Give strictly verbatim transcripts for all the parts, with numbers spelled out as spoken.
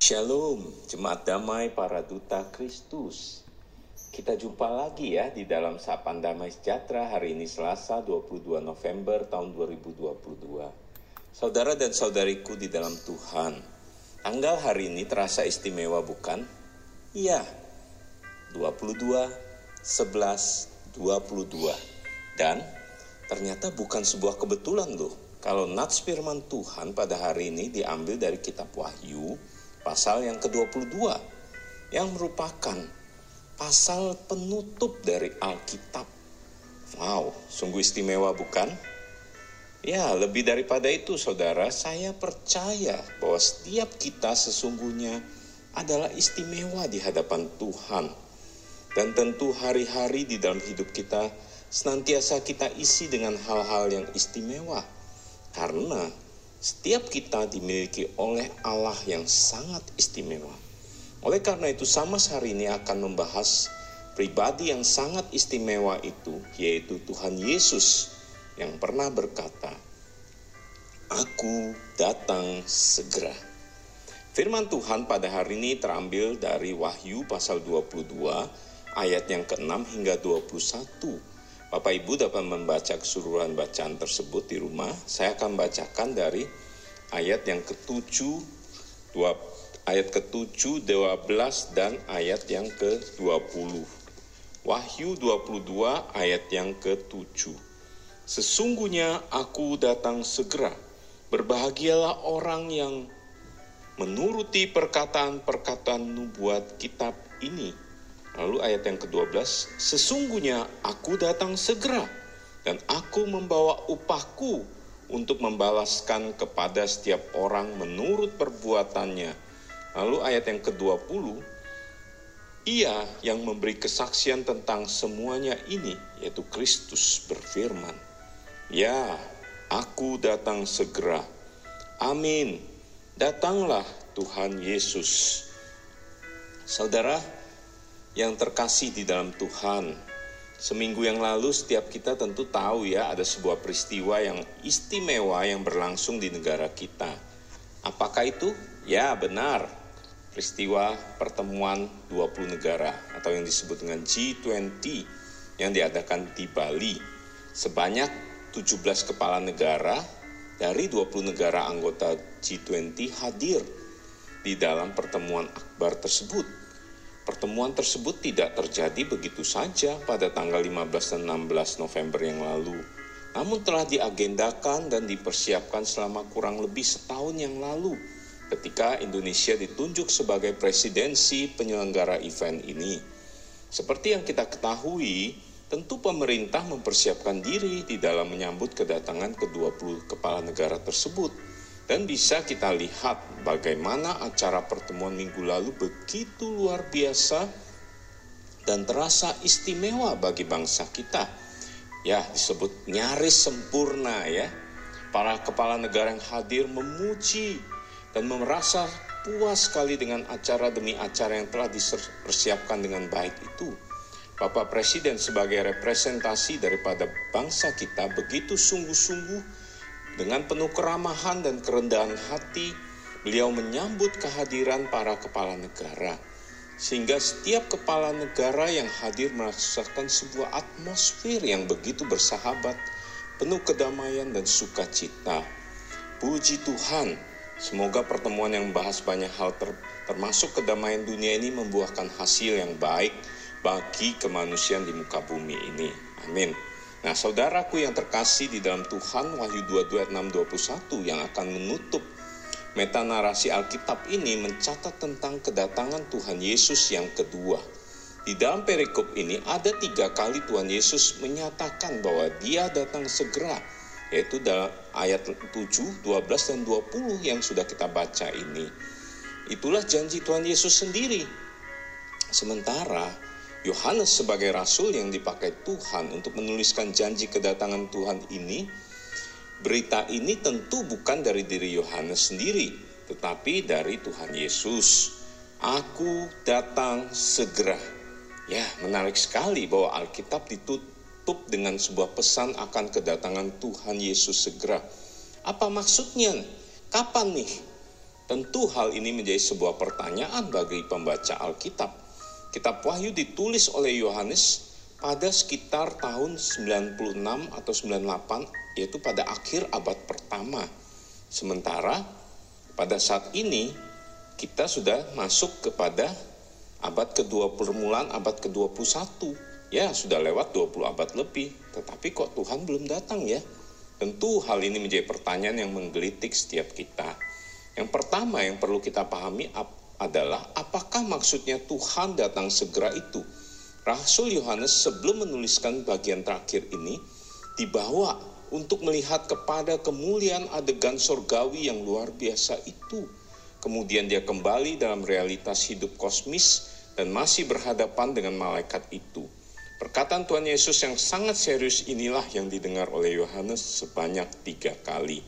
Shalom, Jemaat Damai para Duta Kristus. Kita jumpa lagi ya di dalam Sapaan Damai Sejahtera hari ini Selasa dua puluh dua November tahun dua ribu dua puluh dua. Saudara dan saudariku di dalam Tuhan, tanggal hari ini terasa istimewa bukan? Iya, dua puluh dua, sebelas, dua puluh dua. Dan ternyata bukan sebuah kebetulan loh, kalau nats firman Tuhan pada hari ini diambil dari kitab Wahyu, pasal yang ke dua puluh dua, yang merupakan pasal penutup dari Alkitab. Wow, sungguh istimewa bukan? Ya, lebih daripada itu saudara, saya percaya bahwa setiap kita sesungguhnya adalah istimewa di hadapan Tuhan. Dan tentu hari-hari di dalam hidup kita senantiasa kita isi dengan hal-hal yang istimewa. Karena setiap kita dimiliki oleh Allah yang sangat istimewa. Oleh karena itu, Samas hari ini akan membahas pribadi yang sangat istimewa itu, yaitu Tuhan Yesus yang pernah berkata, "Aku datang segera." Firman Tuhan pada hari ini terambil dari Wahyu pasal dua puluh dua, ayat yang keenam hingga dua puluh satu. Bapak Ibu dapat membaca keseluruhan bacaan tersebut di rumah. Saya akan bacakan dari ayat yang ketujuh, dua, ayat ketujuh, dua belas dan ayat yang ke dua puluh. Wahyu dua puluh dua ayat yang ketujuh. "Sesungguhnya aku datang segera. Berbahagialah orang yang menuruti perkataan-perkataan nubuat kitab ini." Lalu ayat yang kedua belas, "Sesungguhnya aku datang segera, dan aku membawa upahku untuk membalaskan kepada setiap orang menurut perbuatannya." Lalu ayat yang kedua puluh, "Ia yang memberi kesaksian tentang semuanya ini, yaitu Kristus berfirman, 'Ya, aku datang segera.' Amin. Datanglah Tuhan Yesus." Saudara yang terkasih di dalam Tuhan, seminggu yang lalu setiap kita tentu tahu ya, ada sebuah peristiwa yang istimewa yang berlangsung di negara kita. Apakah itu? Ya, benar. Peristiwa pertemuan dua puluh negara atau yang disebut dengan G dua puluh yang diadakan di Bali. Sebanyak tujuh belas kepala negara dari dua puluh negara anggota G dua puluh hadir di dalam pertemuan akbar tersebut. Pertemuan tersebut tidak terjadi begitu saja pada tanggal lima belas dan enam belas November yang lalu, namun telah diagendakan dan dipersiapkan selama kurang lebih setahun yang lalu ketika Indonesia ditunjuk sebagai presidensi penyelenggara event ini. Seperti yang kita ketahui, tentu pemerintah mempersiapkan diri di dalam menyambut kedatangan ke dua puluh kepala negara tersebut. Dan bisa kita lihat bagaimana acara pertemuan minggu lalu begitu luar biasa dan terasa istimewa bagi bangsa kita. Ya, disebut nyaris sempurna ya. Para kepala negara yang hadir memuji dan merasa puas sekali dengan acara demi acara yang telah dipersiapkan dengan baik itu. Bapak Presiden sebagai representasi daripada bangsa kita begitu sungguh-sungguh dengan penuh keramahan dan kerendahan hati, beliau menyambut kehadiran para kepala negara. Sehingga setiap kepala negara yang hadir merasakan sebuah atmosfer yang begitu bersahabat, penuh kedamaian dan sukacita. Puji Tuhan, semoga pertemuan yang membahas banyak hal ter- termasuk kedamaian dunia ini membuahkan hasil yang baik bagi kemanusiaan di muka bumi ini. Amin. Nah, saudaraku yang terkasih di dalam Tuhan, Wahyu dua puluh dua, enam, dua puluh satu yang akan menutup metanarasi Alkitab ini mencatat tentang kedatangan Tuhan Yesus yang kedua. Di dalam perikop ini ada tiga kali Tuhan Yesus menyatakan bahwa dia datang segera, yaitu dalam ayat tujuh, dua belas, dan dua puluh yang sudah kita baca ini. Itulah janji Tuhan Yesus sendiri. Sementara Yohanes sebagai rasul yang dipakai Tuhan untuk menuliskan janji kedatangan Tuhan ini, berita ini tentu bukan dari diri Yohanes sendiri, tetapi dari Tuhan Yesus. "Aku datang segera." Ya, menarik sekali bahwa Alkitab ditutup dengan sebuah pesan akan kedatangan Tuhan Yesus segera. Apa maksudnya? Kapan nih Tentu hal ini menjadi sebuah pertanyaan bagi pembaca Alkitab. Kitab Wahyu ditulis oleh Yohanes pada sekitar tahun sembilan puluh enam atau sembilan puluh delapan, yaitu pada akhir abad pertama. Sementara pada saat ini kita sudah masuk kepada abad kedua, permulaan abad ke dua puluh satu. Ya, sudah lewat dua puluh abad lebih, tetapi kok Tuhan belum datang ya? Tentu hal ini menjadi pertanyaan yang menggelitik setiap kita. Yang pertama yang perlu kita pahami adalah apakah maksudnya Tuhan datang segera itu? Rasul Yohanes sebelum menuliskan bagian terakhir ini dibawa untuk melihat kepada kemuliaan adegan surgawi yang luar biasa itu. Kemudian dia kembali dalam realitas hidup kosmis dan masih berhadapan dengan malaikat itu. Perkataan Tuhan Yesus yang sangat serius inilah yang didengar oleh Yohanes sebanyak tiga kali.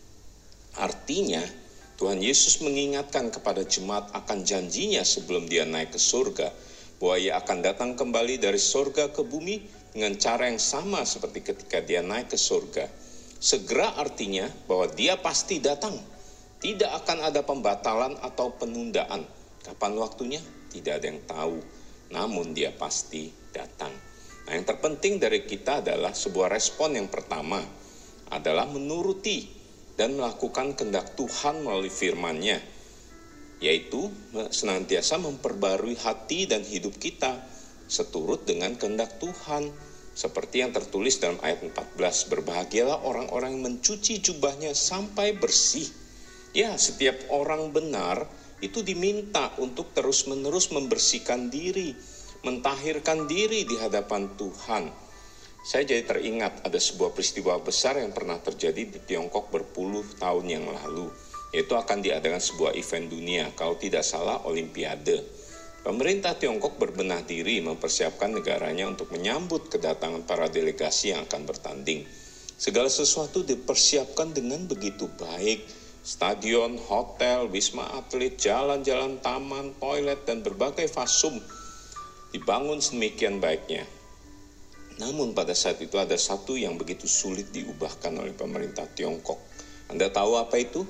Artinya, Tuhan Yesus mengingatkan kepada jemaat akan janjinya sebelum dia naik ke surga, bahwa ia akan datang kembali dari surga ke bumi dengan cara yang sama seperti ketika dia naik ke surga. Segera artinya bahwa dia pasti datang. Tidak akan ada pembatalan atau penundaan. Kapan waktunya? Tidak ada yang tahu. Namun dia pasti datang. Nah, yang terpenting dari kita adalah sebuah respon yang pertama adalah menuruti dan melakukan kehendak Tuhan melalui firman-Nya, yaitu senantiasa memperbarui hati dan hidup kita seturut dengan kehendak Tuhan. Seperti yang tertulis dalam ayat empat belas, berbahagialah orang-orang yang mencuci jubahnya sampai bersih. Ya, setiap orang benar itu diminta untuk terus-menerus membersihkan diri, mentahirkan diri di hadapan Tuhan. Saya jadi teringat ada sebuah peristiwa besar yang pernah terjadi di Tiongkok berpuluh tahun yang lalu, yaitu akan diadakan sebuah event dunia, kalau tidak salah Olimpiade. Pemerintah Tiongkok berbenah diri mempersiapkan negaranya untuk menyambut kedatangan para delegasi yang akan bertanding. Segala sesuatu dipersiapkan dengan begitu baik. Stadion, hotel, wisma atlet, jalan-jalan, taman, toilet, dan berbagai fasum dibangun sedemikian baiknya. Namun pada saat itu ada satu yang begitu sulit diubahkan oleh pemerintah Tiongkok. Anda tahu apa itu?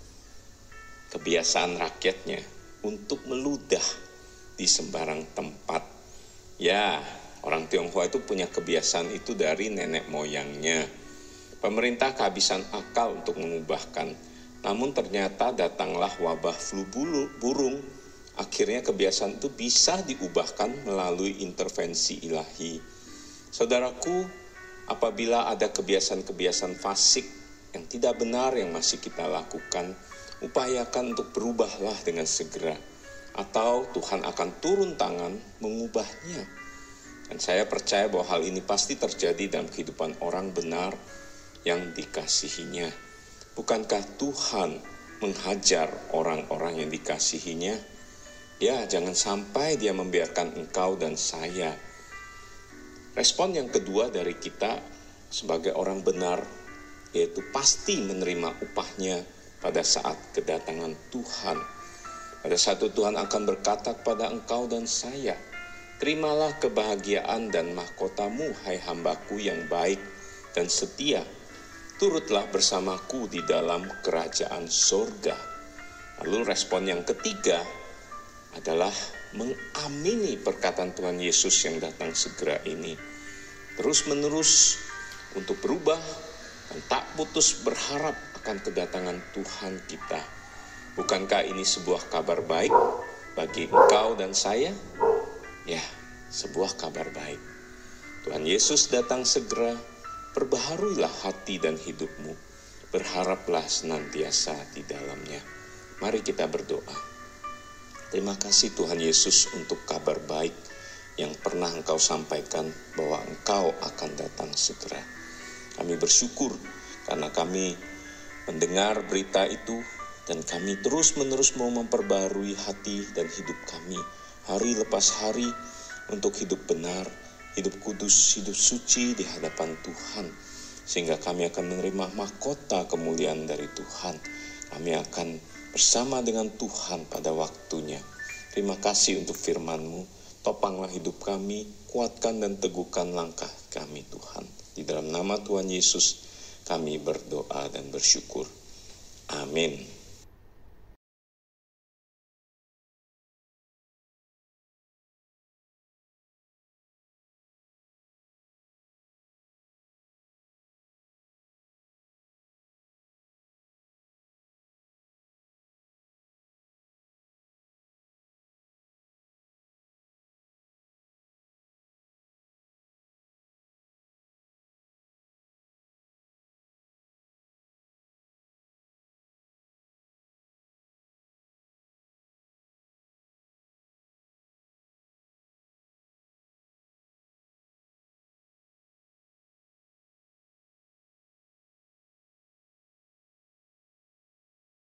Kebiasaan rakyatnya untuk meludah di sembarang tempat. Ya, orang Tionghoa itu punya kebiasaan itu dari nenek moyangnya. Pemerintah kehabisan akal untuk mengubahkan. Namun ternyata datanglah wabah flu burung. Akhirnya kebiasaan itu bisa diubahkan melalui intervensi ilahi. Saudaraku, apabila ada kebiasaan-kebiasaan fasik yang tidak benar yang masih kita lakukan, upayakan untuk berubahlah dengan segera. Atau Tuhan akan turun tangan mengubahnya. Dan saya percaya bahwa hal ini pasti terjadi dalam kehidupan orang benar yang dikasihinya. Bukankah Tuhan menghajar orang-orang yang dikasihinya? Ya, jangan sampai dia membiarkan engkau dan saya. Respon yang kedua dari kita sebagai orang benar, yaitu pasti menerima upahnya pada saat kedatangan Tuhan. Pada saat itu Tuhan akan berkata kepada engkau dan saya, terimalah kebahagiaan dan mahkotamu, hai hambaku yang baik dan setia. Turutlah bersamaku di dalam kerajaan sorga. Lalu respon yang ketiga adalah mengamini perkataan Tuhan Yesus yang datang segera ini. Terus menerus untuk berubah dan tak putus berharap akan kedatangan Tuhan kita. Bukankah ini sebuah kabar baik bagi engkau dan saya? Ya, sebuah kabar baik. Tuhan Yesus datang segera, perbaharuilah hati dan hidupmu. Berharaplah senantiasa di dalamnya. Mari kita berdoa. Terima kasih Tuhan Yesus untuk kabar baik yang pernah Engkau sampaikan bahwa Engkau akan datang segera. Kami bersyukur karena kami mendengar berita itu dan kami terus-menerus mau memperbarui hati dan hidup kami hari lepas hari untuk hidup benar, hidup kudus, hidup suci di hadapan Tuhan. Sehingga kami akan menerima mahkota kemuliaan dari Tuhan. Kami akan bersama dengan Tuhan pada waktunya. Terima kasih untuk firman-Mu. Topanglah hidup kami, kuatkan dan teguhkan langkah kami Tuhan. Di dalam nama Tuhan Yesus kami berdoa dan bersyukur. Amin.